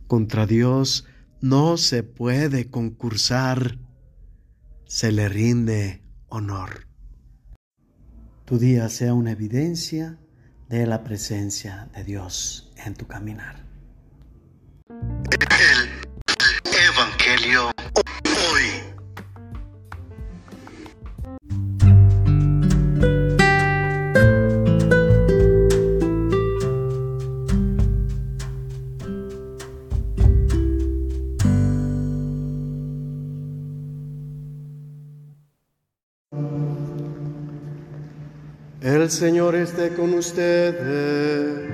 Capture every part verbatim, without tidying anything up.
Contra Dios no se puede concursar, se le rinde honor. Tu día sea una evidencia de la presencia de Dios en tu caminar. El Evangelio hoy. El Señor esté con ustedes.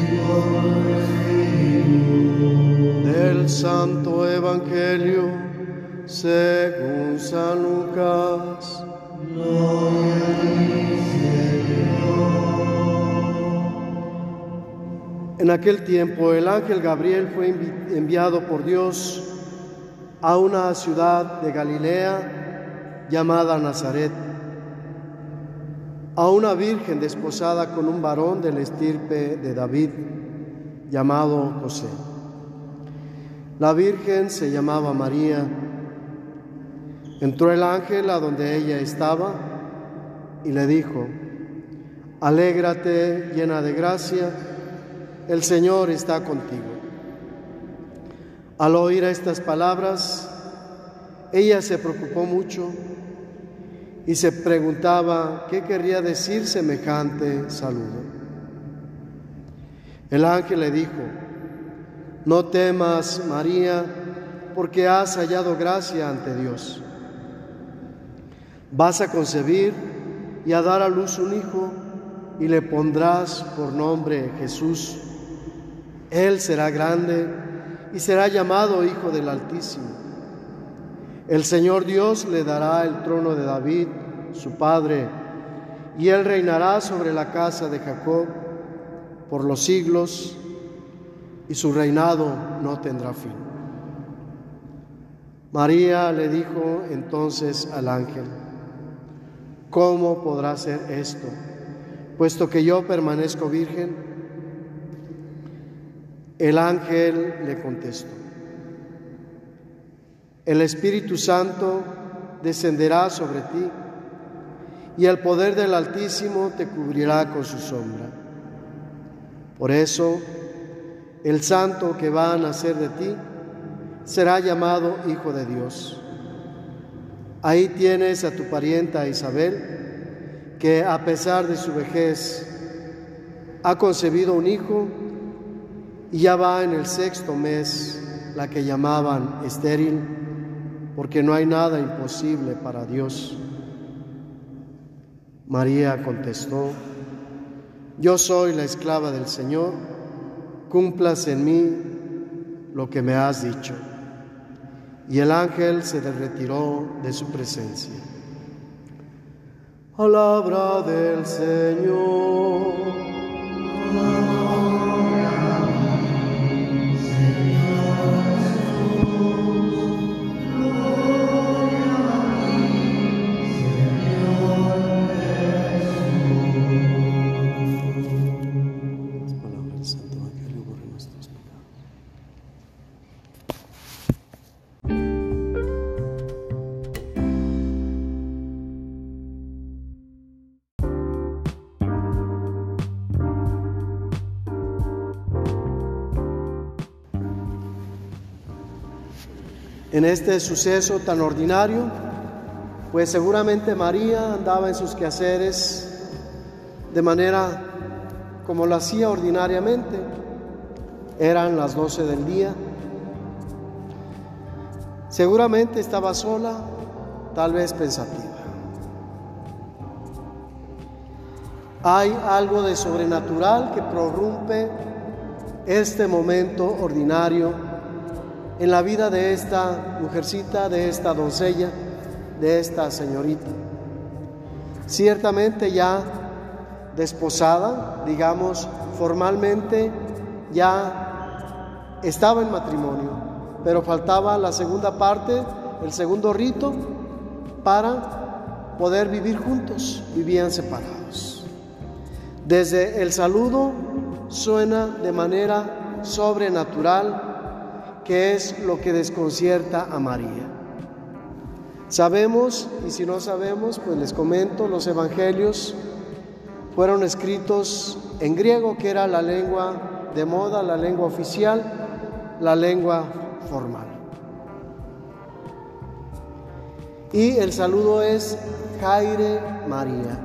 Del Santo Evangelio según San Lucas. En aquel tiempo el ángel Gabriel fue enviado por Dios a una ciudad de Galilea llamada Nazaret, a una virgen desposada con un varón de la estirpe de David, llamado José. La virgen se llamaba María. Entró el ángel a donde ella estaba y le dijo: Alégrate, llena de gracia, el Señor está contigo. Al oír estas palabras, ella se preocupó mucho y se preguntaba qué querría decir semejante saludo. El ángel le dijo: No temas, María, porque has hallado gracia ante Dios. Vas a concebir y a dar a luz un hijo, y le pondrás por nombre Jesús. Él será grande y será llamado Hijo del Altísimo. El Señor Dios le dará el trono de David, su padre, y él reinará sobre la casa de Jacob por los siglos, y su reinado no tendrá fin. María le dijo entonces al ángel: ¿Cómo podrá ser esto, puesto que yo permanezco virgen? El ángel le contestó: El Espíritu Santo descenderá sobre ti, y el poder del Altísimo te cubrirá con su sombra. Por eso, el santo que va a nacer de ti será llamado Hijo de Dios. Ahí tienes a tu parienta Isabel, que a pesar de su vejez ha concebido un hijo y ya va en el sexto mes, la que llamaban estéril, porque no hay nada imposible para Dios. María contestó: Yo soy la esclava del Señor, cúmplase en mí lo que me has dicho. Y el ángel se retiró de su presencia. Palabra del Señor. En este suceso tan ordinario, pues seguramente María andaba en sus quehaceres de manera como lo hacía ordinariamente. Eran las doce del día. Seguramente estaba sola, tal vez pensativa. Hay algo de sobrenatural que prorrumpe este momento ordinario en la vida de esta mujercita, de esta doncella, de esta señorita. Ciertamente ya desposada, digamos, formalmente ya estaba en matrimonio, pero faltaba la segunda parte, el segundo rito, para poder vivir juntos. Vivían separados. Desde el saludo suena de manera sobrenatural qué es lo que desconcierta a María. Sabemos, y si no sabemos, pues les comento, los evangelios fueron escritos en griego, que era la lengua de moda, la lengua oficial, la lengua formal. Y el saludo es Jaire María.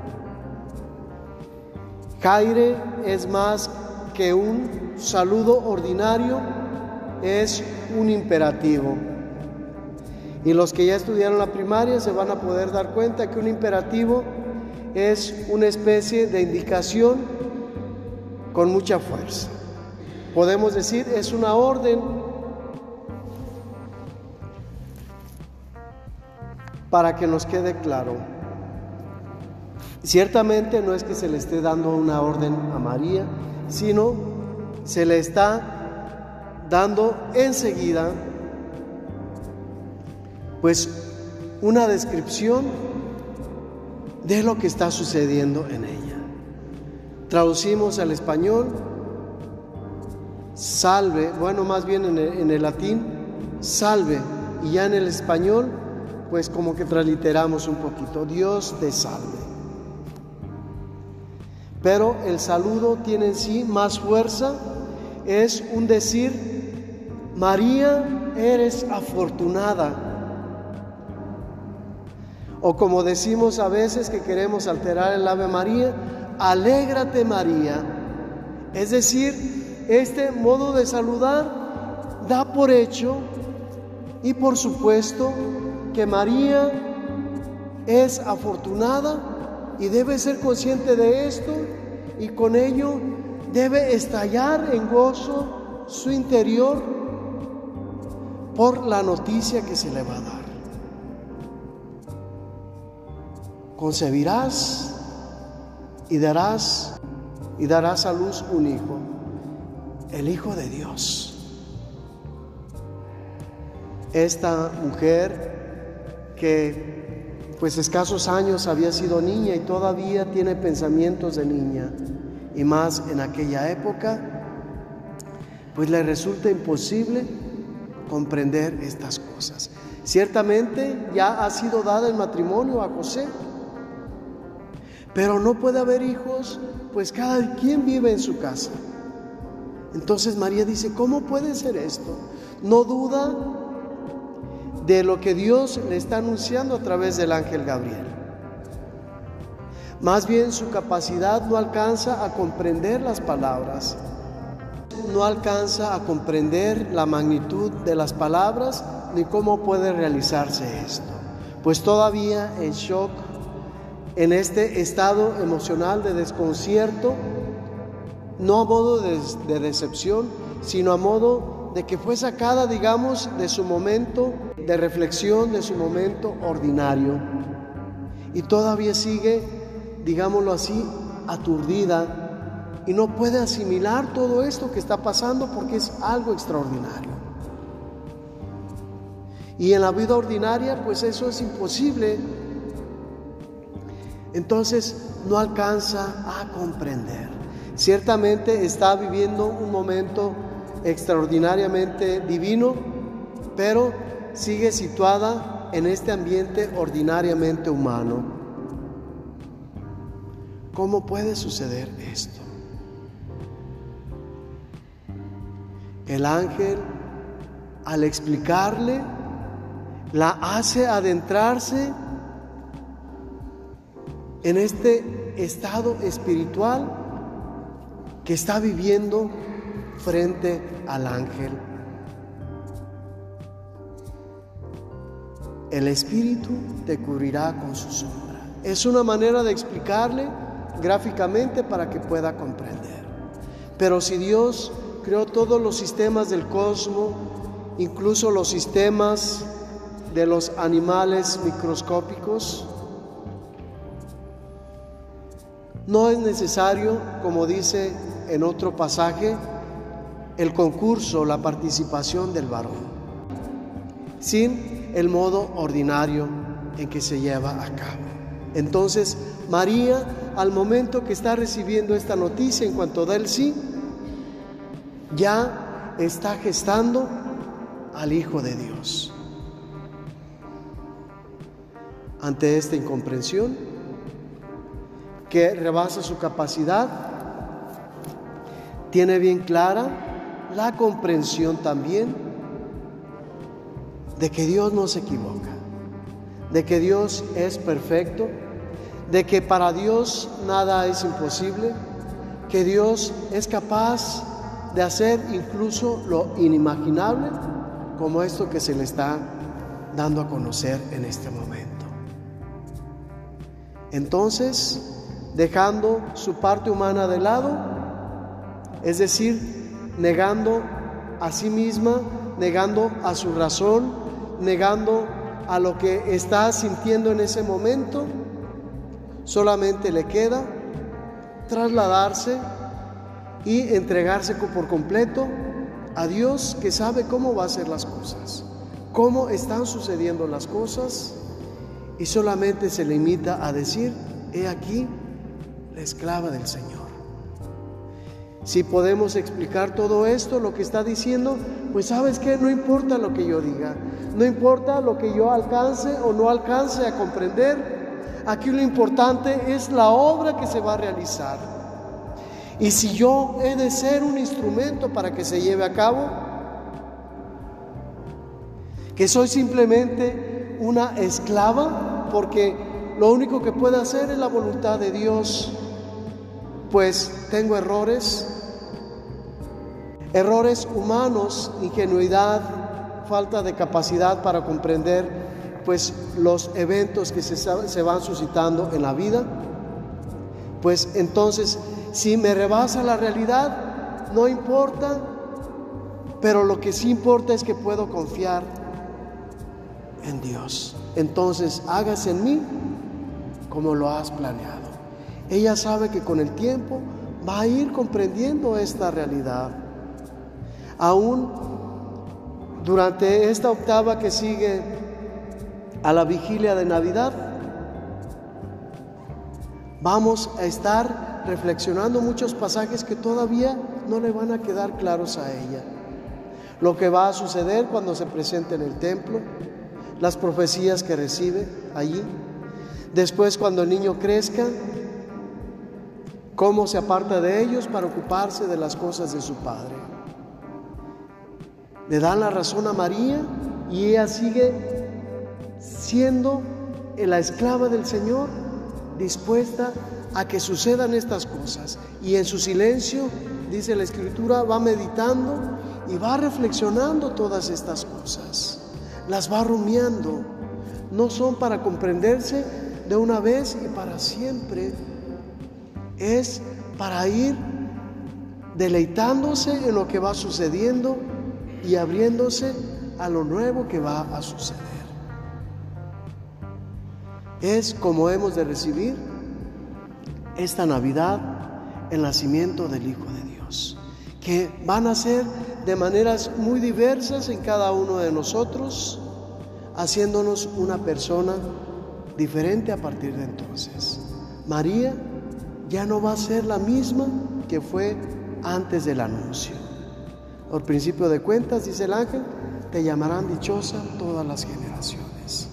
Jaire es más que un saludo ordinario, es un imperativo. Y los que ya estudiaron la primaria se van a poder dar cuenta que un imperativo es una especie de indicación con mucha fuerza. Podemos decir, es una orden para que nos quede claro. Ciertamente no es que se le esté dando una orden a María, sino se le está dando enseguida pues una descripción de lo que está sucediendo en ella. Traducimos al español, salve, bueno, más bien en el, en el latín, salve, y ya en el español, pues como que transliteramos un poquito, Dios te salve. Pero el saludo tiene en sí más fuerza, es un decir, María, eres afortunada. O como decimos a veces que queremos alterar el Ave María, alégrate María. Es decir, este modo de saludar da por hecho y por supuesto que María es afortunada y debe ser consciente de esto, y con ello debe estallar en gozo su interior por la noticia que se le va a dar. Concebirás y darás y darás a luz un hijo, el Hijo de Dios. Esta mujer que pues escasos años había sido niña y todavía tiene pensamientos de niña, y más en aquella época, pues le resulta imposible comprender estas cosas. Ciertamente ya ha sido dada en matrimonio a José, pero no puede haber hijos, pues cada quien vive en su casa. Entonces María dice, ¿cómo puede ser esto? No duda de lo que Dios le está anunciando a través del ángel Gabriel. Más bien su capacidad no alcanza a comprender las palabras, no alcanza a comprender la magnitud de las palabras ni cómo puede realizarse esto, pues todavía en shock, en este estado emocional de desconcierto, no a modo de, de decepción, sino a modo de que fue sacada, digamos, de su momento de reflexión, de su momento ordinario, y todavía sigue, digámoslo así, aturdida, y no puede asimilar todo esto que está pasando porque es algo extraordinario. Y en la vida ordinaria, pues eso es imposible. Entonces no alcanza a comprender. Ciertamente está viviendo un momento extraordinariamente divino, pero sigue situada en este ambiente ordinariamente humano. ¿Cómo puede suceder esto? El ángel, al explicarle, la hace adentrarse en este estado espiritual que está viviendo frente al ángel. El Espíritu te cubrirá con su sombra. Es una manera de explicarle gráficamente para que pueda comprender. Pero si Dios creó todos los sistemas del cosmos, incluso los sistemas de los animales microscópicos, no es necesario, como dice en otro pasaje, el concurso, la participación del varón, sin el modo ordinario en que se lleva a cabo. Entonces, María, al momento que está recibiendo esta noticia, en cuanto da el sí, ya está gestando al Hijo de Dios. Ante esta incomprensión que rebasa su capacidad, tiene bien clara la comprensión también de que Dios no se equivoca, de que Dios es perfecto, de que para Dios nada es imposible, que Dios es capaz de hacer incluso lo inimaginable, como esto que se le está dando a conocer en este momento. Entonces, dejando su parte humana de lado, es decir, negando a sí misma, negando a su razón, negando a lo que está sintiendo en ese momento, solamente le queda trasladarse y entregarse por completo a Dios, que sabe cómo va a ser las cosas, cómo están sucediendo las cosas, y solamente se limita a decir: he aquí la esclava del Señor. Si podemos explicar todo esto, lo que está diciendo, pues ¿sabes qué? No importa lo que yo diga, no importa lo que yo alcance o no alcance a comprender, aquí lo importante es la obra que se va a realizar. Y si yo he de ser un instrumento para que se lleve a cabo, que soy simplemente una esclava, porque lo único que puede hacer es la voluntad de Dios, pues tengo errores, errores humanos, ingenuidad, falta de capacidad para comprender pues los eventos que se, se van suscitando en la vida. Pues entonces, si me rebasa la realidad, no importa, pero lo que sí importa es que puedo confiar en Dios. Entonces, hágase en mí como lo has planeado. Ella sabe que con el tiempo va a ir comprendiendo esta realidad. Aún durante esta octava que sigue a la vigilia de Navidad, vamos a estar reflexionando muchos pasajes que todavía no le van a quedar claros a ella. Lo que va a suceder cuando se presente en el templo, las profecías que recibe allí. Después, cuando el niño crezca, cómo se aparta de ellos para ocuparse de las cosas de su padre. Le dan la razón a María y ella sigue siendo la esclava del Señor, dispuesta a que sucedan estas cosas. Y en su silencio, dice la Escritura, va meditando y va reflexionando todas estas cosas. Las va rumiando. No son para comprenderse de una vez y para siempre. Es para ir deleitándose en lo que va sucediendo y abriéndose a lo nuevo que va a suceder. Es como hemos de recibir esta Navidad el nacimiento del Hijo de Dios, que van a ser de maneras muy diversas en cada uno de nosotros, haciéndonos una persona diferente a partir de entonces. María ya no va a ser la misma que fue antes del anuncio. Por principio de cuentas, dice el ángel, te llamarán dichosa todas las generaciones.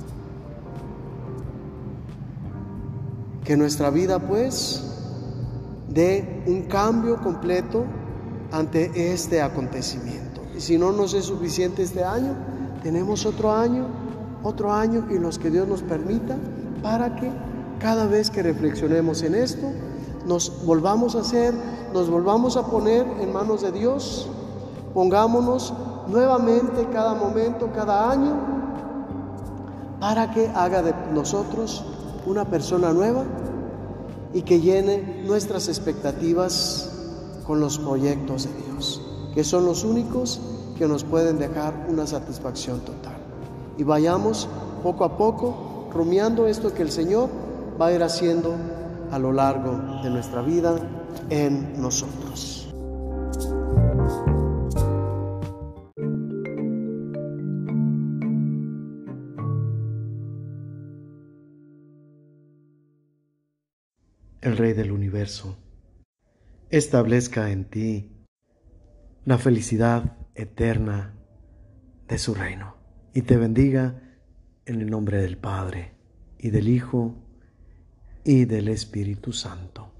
Que nuestra vida, pues, dé un cambio completo ante este acontecimiento. Y si no nos es suficiente este año, tenemos otro año, otro año y los que Dios nos permita, para que cada vez que reflexionemos en esto, nos volvamos a hacer, nos volvamos a poner en manos de Dios, pongámonos nuevamente cada momento, cada año, para que haga de nosotros una persona nueva y que llene nuestras expectativas con los proyectos de Dios, que son los únicos que nos pueden dejar una satisfacción total. Y vayamos poco a poco rumiando esto que el Señor va a ir haciendo a lo largo de nuestra vida en nosotros. El Rey del Universo establezca en ti la felicidad eterna de su reino. Y te bendiga en el nombre del Padre, y del Hijo, y del Espíritu Santo.